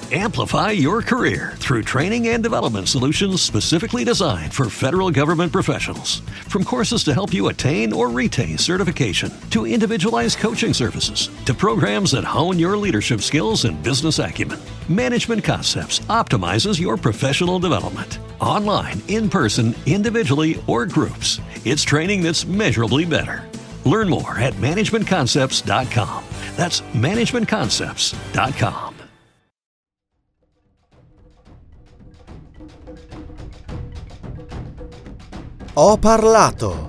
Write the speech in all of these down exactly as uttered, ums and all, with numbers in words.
Amplify your career through training and development solutions specifically designed for federal government professionals. From courses to help you attain or retain certification, to individualized coaching services, to programs that hone your leadership skills and business acumen, Management Concepts optimizes your professional development. Online, in person, individually, or groups, it's training that's measurably better. Learn more at management concepts dot com. That's management concepts dot com. Ho parlato.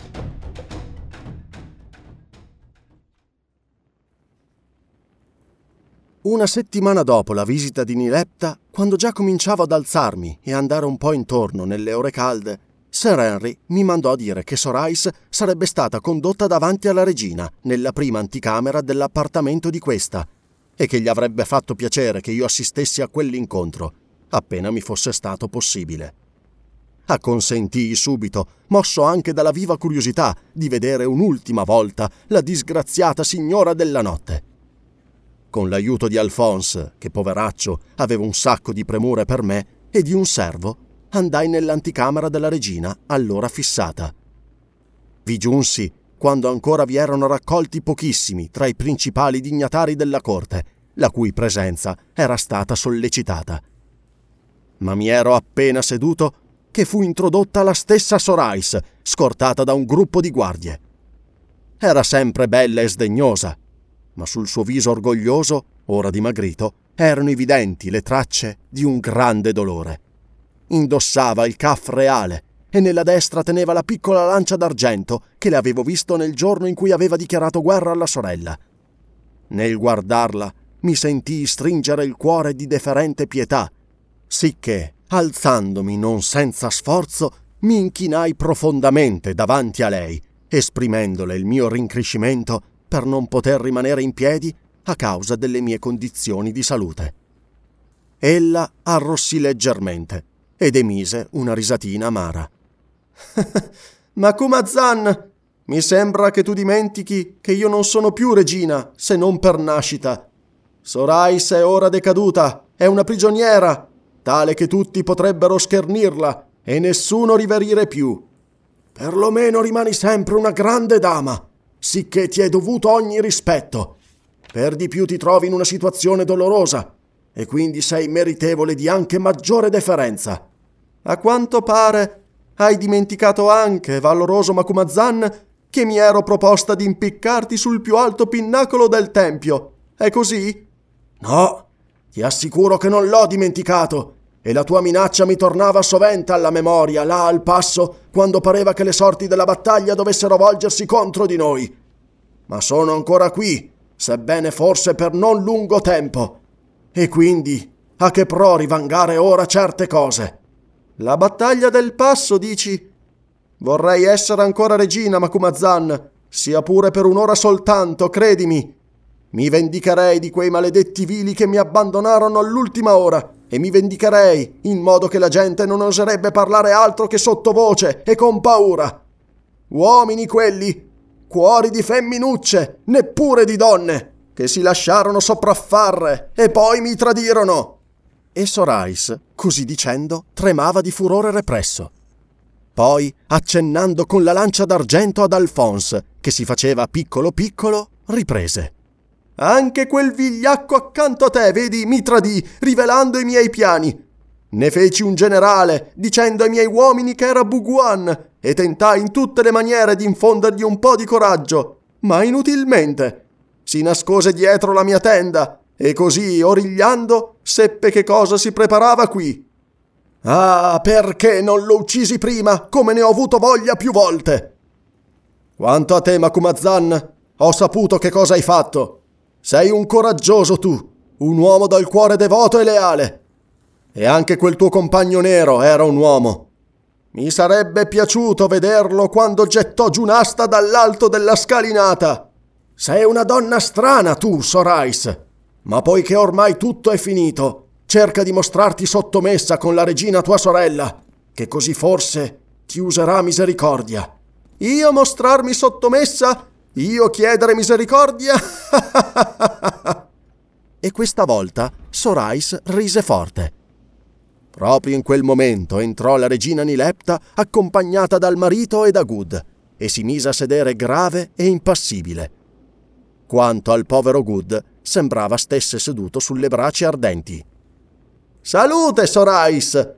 Una settimana dopo la visita di Nilepta, quando già cominciavo ad alzarmi e andare un po' intorno nelle ore calde, Sir Henry mi mandò a dire che Sorais sarebbe stata condotta davanti alla regina nella prima anticamera dell'appartamento di questa e che gli avrebbe fatto piacere che io assistessi a quell'incontro, appena mi fosse stato possibile. Acconsentii subito, mosso anche dalla viva curiosità di vedere un'ultima volta la disgraziata signora della notte. Con l'aiuto di Alphonse, che poveraccio aveva un sacco di premure per me, e di un servo, andai nell'anticamera della regina allora fissata. Vi giunsi quando ancora vi erano raccolti pochissimi tra i principali dignatari della corte, la cui presenza era stata sollecitata. Ma mi ero appena seduto che fu introdotta la stessa Sorais, scortata da un gruppo di guardie. Era sempre bella e sdegnosa, ma sul suo viso orgoglioso, ora dimagrito, erano evidenti le tracce di un grande dolore. Indossava il caff reale e nella destra teneva la piccola lancia d'argento che le avevo visto nel giorno in cui aveva dichiarato guerra alla sorella. Nel guardarla mi sentii stringere il cuore di deferente pietà, sicché, alzandomi non senza sforzo, mi inchinai profondamente davanti a lei, esprimendole il mio rincrescimento per non poter rimanere in piedi a causa delle mie condizioni di salute. Ella arrossì leggermente ed emise una risatina amara. Macumazan, mi sembra che tu dimentichi che io non sono più regina, se non per nascita. Sorais è ora decaduta, è una prigioniera, tale che tutti potrebbero schernirla e nessuno riverire più. Perlomeno rimani sempre una grande dama, sicché ti è dovuto ogni rispetto. Per di più ti trovi in una situazione dolorosa e quindi sei meritevole di anche maggiore deferenza. A quanto pare hai dimenticato anche, valoroso Macumazan, che mi ero proposta di impiccarti sul più alto pinnacolo del tempio. È così? No, ti assicuro che non l'ho dimenticato, e la tua minaccia mi tornava sovente alla memoria, là al passo, quando pareva che le sorti della battaglia dovessero volgersi contro di noi. Ma sono ancora qui, sebbene forse per non lungo tempo, e quindi a che pro rivangare ora certe cose? La battaglia del passo, dici? Vorrei essere ancora regina, Macumazan, sia pure per un'ora soltanto, credimi. Mi vendicherei di quei maledetti vili che mi abbandonarono all'ultima ora e mi vendicherei in modo che la gente non oserebbe parlare altro che sottovoce e con paura. Uomini quelli, cuori di femminucce, neppure di donne, che si lasciarono sopraffare e poi mi tradirono. E Sorais, così dicendo, tremava di furore represso. Poi, accennando con la lancia d'argento ad Alphonse, che si faceva piccolo piccolo, riprese. Anche quel vigliacco accanto a te, vedi, mi tradì, rivelando i miei piani. Ne feci un generale, dicendo ai miei uomini che era Buguan, e tentai in tutte le maniere di infondergli un po' di coraggio, ma inutilmente. Si nascose dietro la mia tenda, e così, origliando, seppe che cosa si preparava qui. Ah, perché non lo uccisi prima, come ne ho avuto voglia più volte? Quanto a te, Macumazan, ho saputo che cosa hai fatto. Sei un coraggioso tu, un uomo dal cuore devoto e leale. E anche quel tuo compagno nero era un uomo. Mi sarebbe piaciuto vederlo quando gettò giù un'asta dall'alto della scalinata. Sei una donna strana tu, Sorais. Ma poiché ormai tutto è finito, cerca di mostrarti sottomessa con la regina tua sorella, che così forse ti userà misericordia. Io mostrarmi sottomessa? Io chiedere misericordia? e questa volta Sorais rise forte. Proprio in quel momento entrò la regina Nilepta accompagnata dal marito e da Gud e si mise a sedere grave e impassibile. Quanto al povero Gud, sembrava stesse seduto sulle braci ardenti. «Salute, Sorais!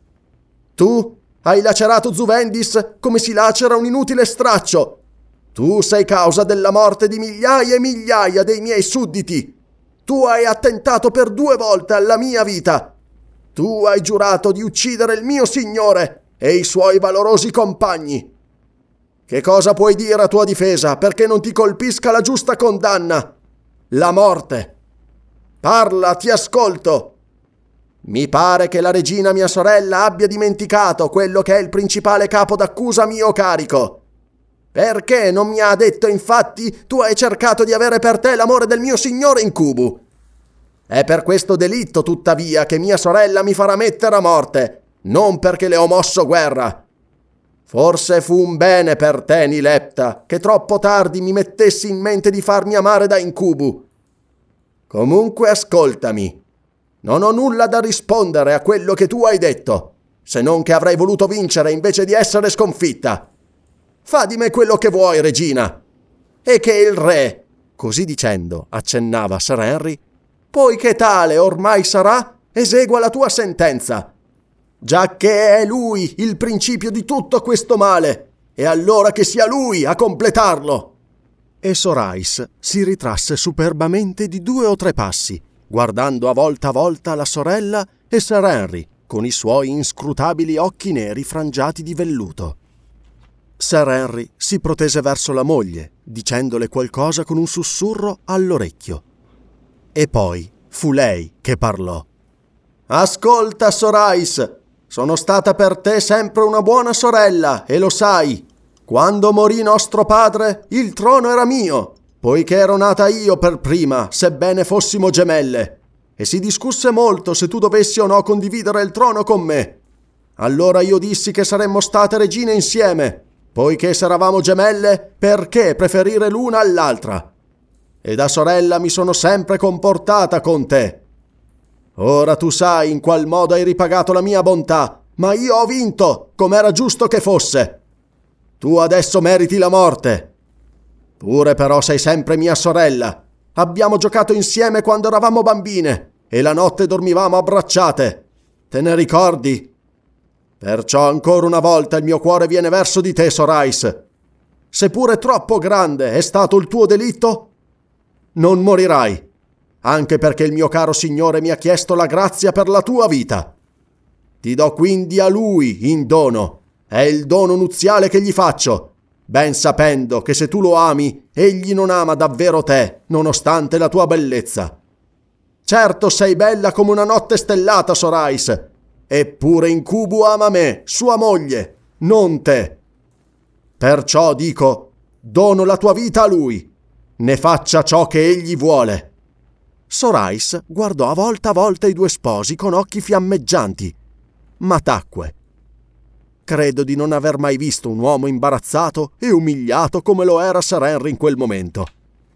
Tu hai lacerato Zuvendis come si lacera un inutile straccio. Tu sei causa della morte di migliaia e migliaia dei miei sudditi. Tu hai attentato per due volte alla mia vita. Tu hai giurato di uccidere il mio signore e i suoi valorosi compagni. Che cosa puoi dire a tua difesa perché non ti colpisca la giusta condanna? La morte. Parla, ti ascolto. Mi pare che la regina mia sorella abbia dimenticato quello che è il principale capo d'accusa a mio carico. Perché non mi ha detto infatti tu hai cercato di avere per te l'amore del mio signore incubo? È per questo delitto, tuttavia, che mia sorella mi farà mettere a morte, non perché le ho mosso guerra. Forse fu un bene per te, Nilepta, che troppo tardi mi mettessi in mente di farmi amare da incubo. Comunque ascoltami. Non ho nulla da rispondere a quello che tu hai detto, se non che avrei voluto vincere invece di essere sconfitta. Fa di me quello che vuoi, regina, e che il re, così dicendo, accennava a Sir Henry, poiché tale ormai sarà, esegua la tua sentenza, giacché è lui il principio di tutto questo male, e allora che sia lui a completarlo. E Sorais si ritrasse superbamente di due o tre passi, guardando a volta a volta la sorella e Sir Henry con i suoi inscrutabili occhi neri frangiati di velluto. Sir Henry si protese verso la moglie, dicendole qualcosa con un sussurro all'orecchio. E poi fu lei che parlò. «Ascolta, Sorais, sono stata per te sempre una buona sorella, e lo sai. Quando morì nostro padre, il trono era mio, poiché ero nata io per prima, sebbene fossimo gemelle, e si discusse molto se tu dovessi o no condividere il trono con me. Allora io dissi che saremmo state regine insieme, poiché se eravamo gemelle, perché preferire l'una all'altra? E da sorella mi sono sempre comportata con te. Ora tu sai in qual modo hai ripagato la mia bontà, ma io ho vinto, come era giusto che fosse. Tu adesso meriti la morte. Pure però sei sempre mia sorella. Abbiamo giocato insieme quando eravamo bambine e la notte dormivamo abbracciate. Te ne ricordi? Perciò ancora una volta il mio cuore viene verso di te, Sorais. Seppure troppo grande è stato il tuo delitto, non morirai, anche perché il mio caro signore mi ha chiesto la grazia per la tua vita. Ti do quindi a lui in dono. È il dono nuziale che gli faccio, ben sapendo che se tu lo ami, egli non ama davvero te, nonostante la tua bellezza. Certo sei bella come una notte stellata, Sorais, eppure Incubo ama me, sua moglie, non te. Perciò dico, dono la tua vita a lui, ne faccia ciò che egli vuole». Sorais guardò a volta a volta i due sposi con occhi fiammeggianti, ma tacque. Credo di non aver mai visto un uomo imbarazzato e umiliato come lo era Sir Henry in quel momento.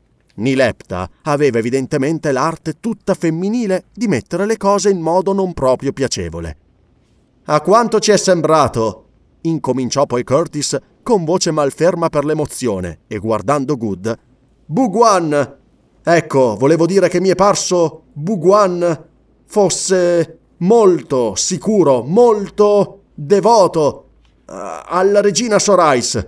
Nilepta aveva evidentemente l'arte tutta femminile di mettere le cose in modo non proprio piacevole. «A quanto ci è sembrato», incominciò poi Curtis con voce malferma per l'emozione e guardando Good, «Bugwan, ecco, volevo dire che mi è parso Bugwan fosse molto sicuro, molto devoto alla regina Sorais.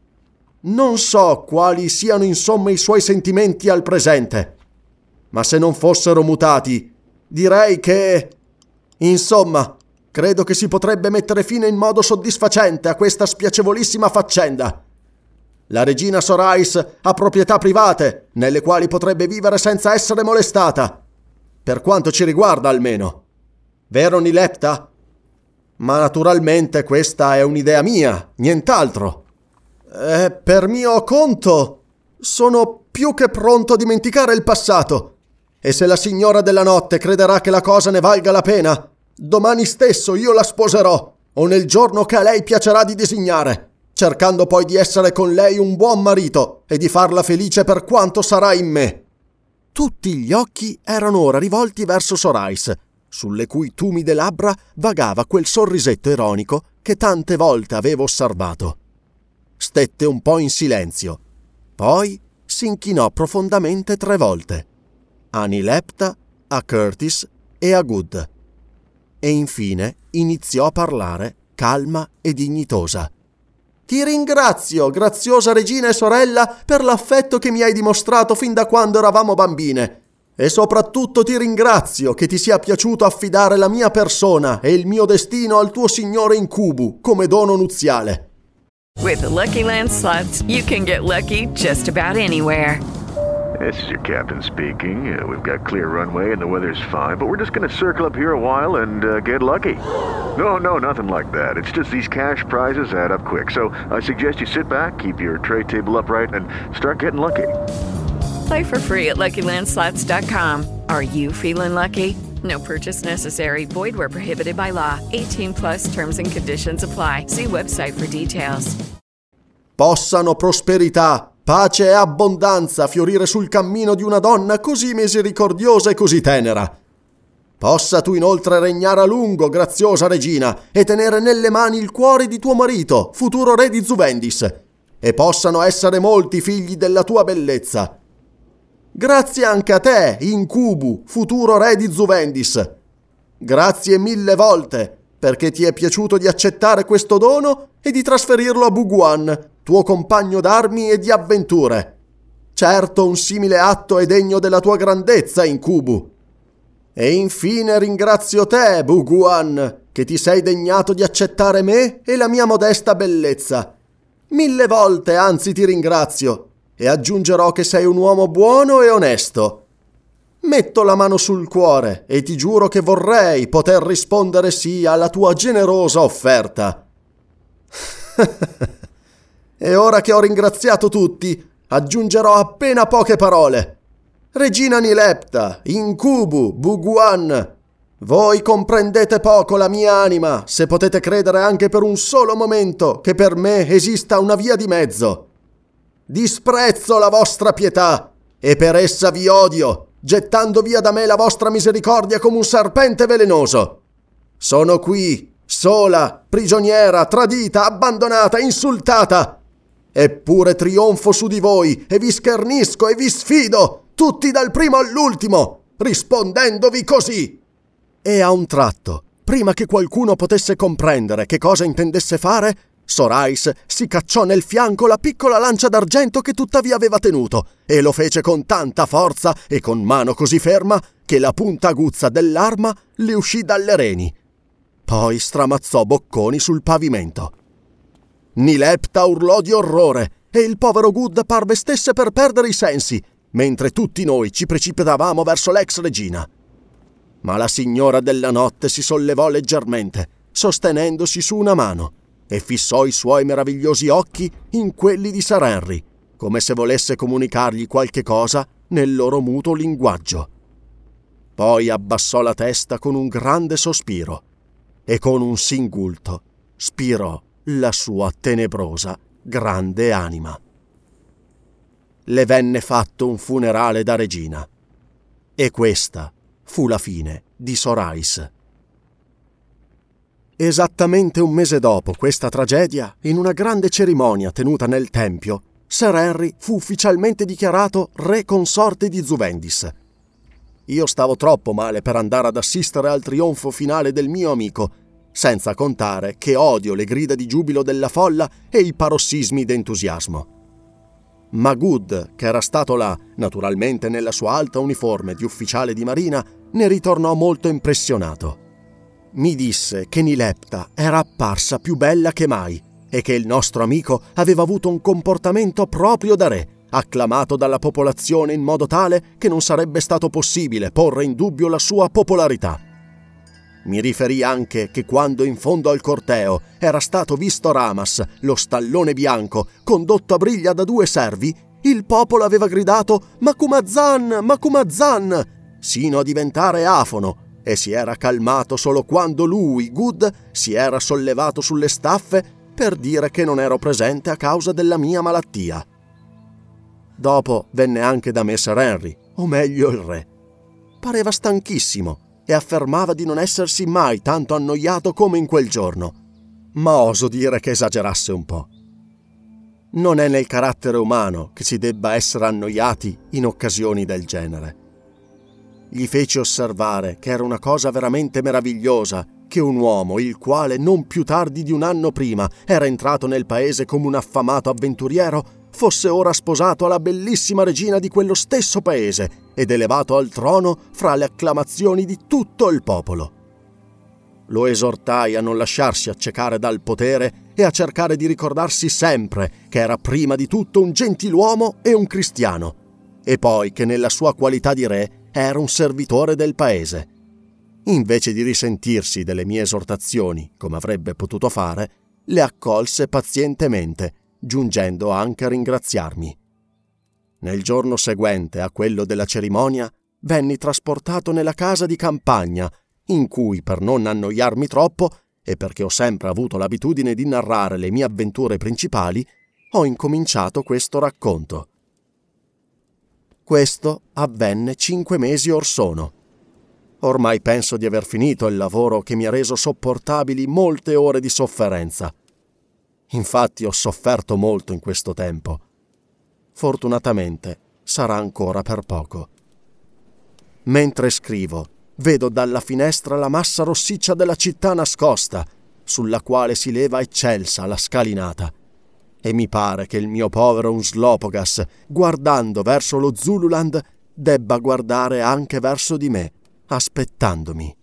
Non so quali siano insomma i suoi sentimenti al presente, ma se non fossero mutati, direi che... Insomma, credo che si potrebbe mettere fine in modo soddisfacente a questa spiacevolissima faccenda. La regina Sorais ha proprietà private, nelle quali potrebbe vivere senza essere molestata, per quanto ci riguarda almeno. Vero, Nilepta? Ma naturalmente questa è un'idea mia, nient'altro. Eh, per mio conto, sono più che pronto a dimenticare il passato. E se la signora della notte crederà che la cosa ne valga la pena, domani stesso io la sposerò, o nel giorno che a lei piacerà di designare, cercando poi di essere con lei un buon marito e di farla felice per quanto sarà in me. Tutti gli occhi erano ora rivolti verso Sorice, sulle cui tumide labbra vagava quel sorrisetto ironico che tante volte avevo osservato. Stette un po' in silenzio, poi si inchinò profondamente tre volte, a Nilepta, a Curtis e a Good, e infine iniziò a parlare calma e dignitosa. «Ti ringrazio, graziosa regina e sorella, per l'affetto che mi hai dimostrato fin da quando eravamo bambine. E soprattutto ti ringrazio che ti sia piaciuto affidare la mia persona e il mio destino al tuo signore incubo come dono nuziale». With the Lucky Land Slots, you can get lucky just about anywhere. This is your captain speaking. Uh, we've got clear runway and the weather's fine, but we're just going to circle up here a while and uh, get lucky. No, no, nothing like that. It's just these cash prizes add up quick. So I suggest you sit back, keep your tray table upright, and start getting lucky. Play for free at Lucky Land Slots dot com. Are you feeling lucky? No purchase necessary. Void where prohibited by law. eighteen plus terms and conditions apply. See website for details. Possano prosperità, pace e abbondanza fiorire sul cammino di una donna così misericordiosa e così tenera. Possa tu inoltre regnare a lungo, graziosa regina, e tenere nelle mani il cuore di tuo marito, futuro re di Zuvendis, e possano essere molti figli della tua bellezza. Grazie anche a te, Incubu, futuro re di Zuvendis. Grazie mille volte, perché ti è piaciuto di accettare questo dono e di trasferirlo a Buguan, tuo compagno d'armi e di avventure. Certo, un simile atto è degno della tua grandezza, Incubu. E infine ringrazio te, Buguan, che ti sei degnato di accettare me e la mia modesta bellezza. Mille volte, anzi, ti ringrazio, e aggiungerò che sei un uomo buono e onesto. Metto la mano sul cuore e ti giuro che vorrei poter rispondere sì alla tua generosa offerta. E ora che ho ringraziato tutti, aggiungerò appena poche parole. Regina Nilepta, Incubu, Buguan, voi comprendete poco la mia anima, se potete credere anche per un solo momento che per me esista una via di mezzo. Disprezzo la vostra pietà e per essa vi odio, gettando via da me la vostra misericordia come un serpente velenoso. Sono qui, sola, prigioniera, tradita, abbandonata, insultata. Eppure trionfo su di voi e vi schernisco e vi sfido, tutti dal primo all'ultimo, rispondendovi così. E a un tratto, prima che qualcuno potesse comprendere che cosa intendesse fare, Sorice si cacciò nel fianco la piccola lancia d'argento che tuttavia aveva tenuto e lo fece con tanta forza e con mano così ferma che la punta aguzza dell'arma le uscì dalle reni. Poi stramazzò bocconi sul pavimento. Nilepta urlò di orrore e il povero Good parve stesse per perdere i sensi, mentre tutti noi ci precipitavamo verso l'ex regina. Ma la signora della notte si sollevò leggermente, sostenendosi su una mano, e fissò i suoi meravigliosi occhi in quelli di Sir Henry, come se volesse comunicargli qualche cosa nel loro mutuo linguaggio. Poi abbassò la testa con un grande sospiro e con un singulto spirò la sua tenebrosa grande anima. Le venne fatto un funerale da regina, e questa fu la fine di Sorice. Esattamente un mese dopo questa tragedia, in una grande cerimonia tenuta nel tempio, Sir Henry fu ufficialmente dichiarato re consorte di Zuvendis. Io stavo troppo male per andare ad assistere al trionfo finale del mio amico, senza contare che odio le grida di giubilo della folla e i parossismi d'entusiasmo. Ma Good, che era stato là, naturalmente nella sua alta uniforme di ufficiale di marina, ne ritornò molto impressionato. Mi disse che Nilepta era apparsa più bella che mai e che il nostro amico aveva avuto un comportamento proprio da re, acclamato dalla popolazione in modo tale che non sarebbe stato possibile porre in dubbio la sua popolarità. Mi riferì anche che quando in fondo al corteo era stato visto Ramas, lo stallone bianco, condotto a briglia da due servi, il popolo aveva gridato «Macumazan! Macumazan!» sino a diventare afono, e si era calmato solo quando lui, Good, si era sollevato sulle staffe per dire che non ero presente a causa della mia malattia. Dopo venne anche da me Sir Henry, o meglio il re. Pareva stanchissimo e affermava di non essersi mai tanto annoiato come in quel giorno, ma oso dire che esagerasse un po'. Non è nel carattere umano che si debba essere annoiati in occasioni del genere. Gli feci osservare che era una cosa veramente meravigliosa che un uomo, il quale non più tardi di un anno prima era entrato nel paese come un affamato avventuriero, fosse ora sposato alla bellissima regina di quello stesso paese ed elevato al trono fra le acclamazioni di tutto il popolo. Lo esortai a non lasciarsi accecare dal potere e a cercare di ricordarsi sempre che era prima di tutto un gentiluomo e un cristiano, e poi che nella sua qualità di re era un servitore del paese. Invece di risentirsi delle mie esortazioni, come avrebbe potuto fare, le accolse pazientemente, giungendo anche a ringraziarmi. Nel giorno seguente a quello della cerimonia, venni trasportato nella casa di campagna, in cui, per non annoiarmi troppo, e perché ho sempre avuto l'abitudine di narrare le mie avventure principali, ho incominciato questo racconto. Questo avvenne cinque mesi or sono. Ormai penso di aver finito il lavoro che mi ha reso sopportabili molte ore di sofferenza. Infatti ho sofferto molto in questo tempo. Fortunatamente sarà ancora per poco. Mentre scrivo, vedo dalla finestra la massa rossiccia della città nascosta, sulla quale si leva eccelsa la scalinata, e mi pare che il mio povero Umslopogaas, guardando verso lo Zululand, debba guardare anche verso di me, aspettandomi.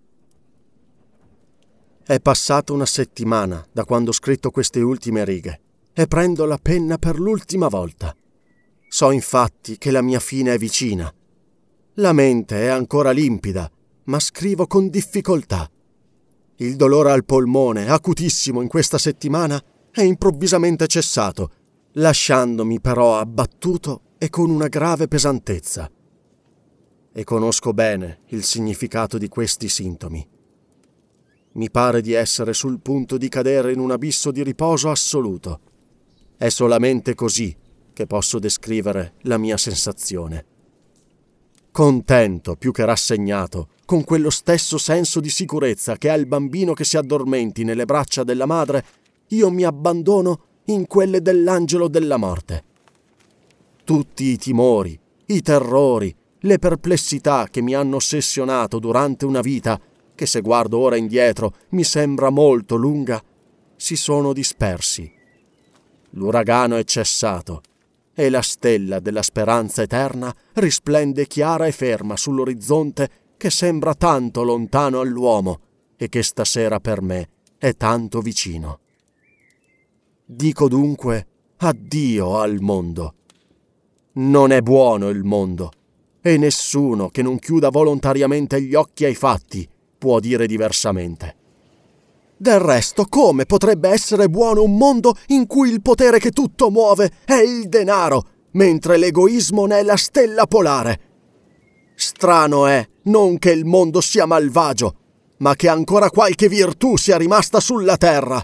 È passata una settimana da quando ho scritto queste ultime righe e prendo la penna per l'ultima volta. So infatti che la mia fine è vicina. La mente è ancora limpida, ma scrivo con difficoltà. Il dolore al polmone, acutissimo in questa settimana, è improvvisamente cessato, lasciandomi però abbattuto e con una grave pesantezza. E conosco bene il significato di questi sintomi. Mi pare di essere sul punto di cadere in un abisso di riposo assoluto. È solamente così che posso descrivere la mia sensazione. Contento più che rassegnato, con quello stesso senso di sicurezza che ha il bambino che si addormenti nelle braccia della madre, io mi abbandono in quelle dell'angelo della morte. Tutti i timori, i terrori, le perplessità che mi hanno ossessionato durante una vita, che se guardo ora indietro mi sembra molto lunga, si sono dispersi. L'uragano è cessato e la stella della speranza eterna risplende chiara e ferma sull'orizzonte che sembra tanto lontano all'uomo e che stasera per me è tanto vicino. Dico dunque addio al mondo. Non è buono il mondo, e nessuno che non chiuda volontariamente gli occhi ai fatti può dire diversamente. Del resto, come potrebbe essere buono un mondo in cui il potere che tutto muove è il denaro, mentre l'egoismo ne è la stella polare? Strano è non che il mondo sia malvagio, ma che ancora qualche virtù sia rimasta sulla terra.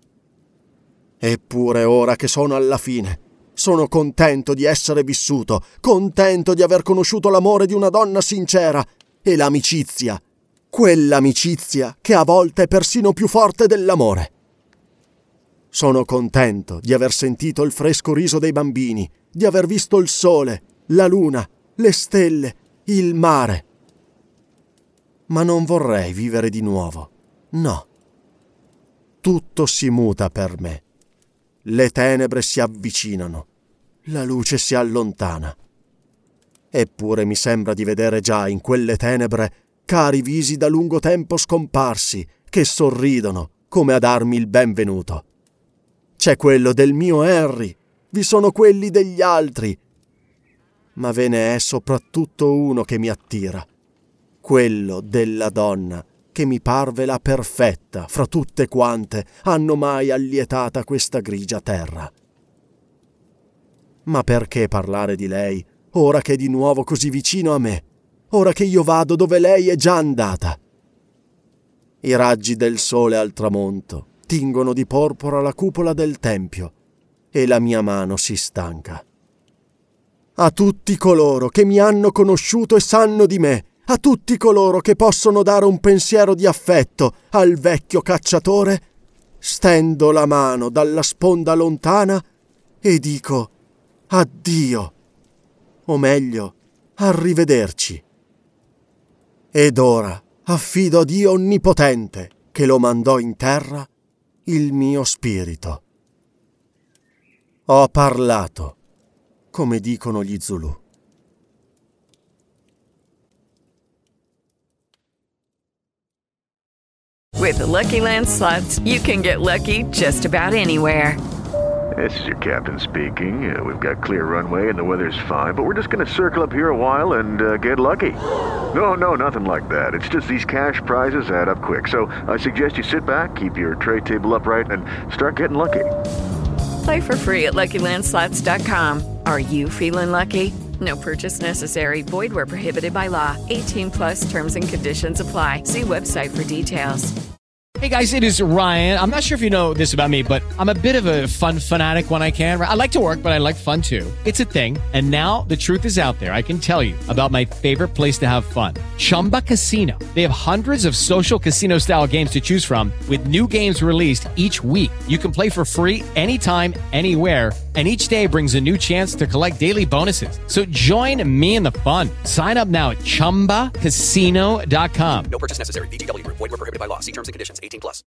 Eppure ora che sono alla fine, sono contento di essere vissuto, contento di aver conosciuto l'amore di una donna sincera e l'amicizia, quell'amicizia che a volte è persino più forte dell'amore. Sono contento di aver sentito il fresco riso dei bambini, di aver visto il sole, la luna, le stelle, il mare. Ma non vorrei vivere di nuovo, no. Tutto si muta per me. Le tenebre si avvicinano, la luce si allontana. Eppure mi sembra di vedere già in quelle tenebre cari visi da lungo tempo scomparsi, che sorridono come a darmi il benvenuto. C'è quello del mio Henry, vi sono quelli degli altri, ma ve ne è soprattutto uno che mi attira, quello della donna che mi parve la perfetta fra tutte quante hanno mai allietata questa grigia terra. Ma perché parlare di lei ora che è di nuovo così vicino a me, ora che io vado dove lei è già andata? I raggi del sole al tramonto tingono di porpora la cupola del tempio e la mia mano si stanca. A tutti coloro che mi hanno conosciuto e sanno di me, a tutti coloro che possono dare un pensiero di affetto al vecchio cacciatore, stendo la mano dalla sponda lontana e dico addio, o meglio, arrivederci. Ed ora affido a Dio Onnipotente, che lo mandò in terra, il mio spirito. Ho parlato, come dicono gli Zulu. With the Lucky Land Slots, you can get lucky just about anywhere. This is your captain speaking. Uh, we've got clear runway and the weather's fine, but we're just going to circle up here a while and uh, get lucky. No, no, nothing like that. It's just these cash prizes add up quick. So I suggest you sit back, keep your tray table upright, and start getting lucky. Play for free at Lucky Land Slots dot com. Are you feeling lucky? No purchase necessary. Void where prohibited by law. eighteen plus terms and conditions apply. See website for details. Hey guys, it is Ryan. I'm not sure if you know this about me, but I'm a bit of a fun fanatic when I can. I like to work, but I like fun too. It's a thing. And now the truth is out there. I can tell you about my favorite place to have fun. Chumba Casino. They have hundreds of social casino style games to choose from with new games released each week. You can play for free anytime, anywhere. And each day brings a new chance to collect daily bonuses. So join me in the fun. Sign up now at chumba casino dot com. No purchase necessary. V G W Group. Void where prohibited by law. See terms and conditions. eighteen plus.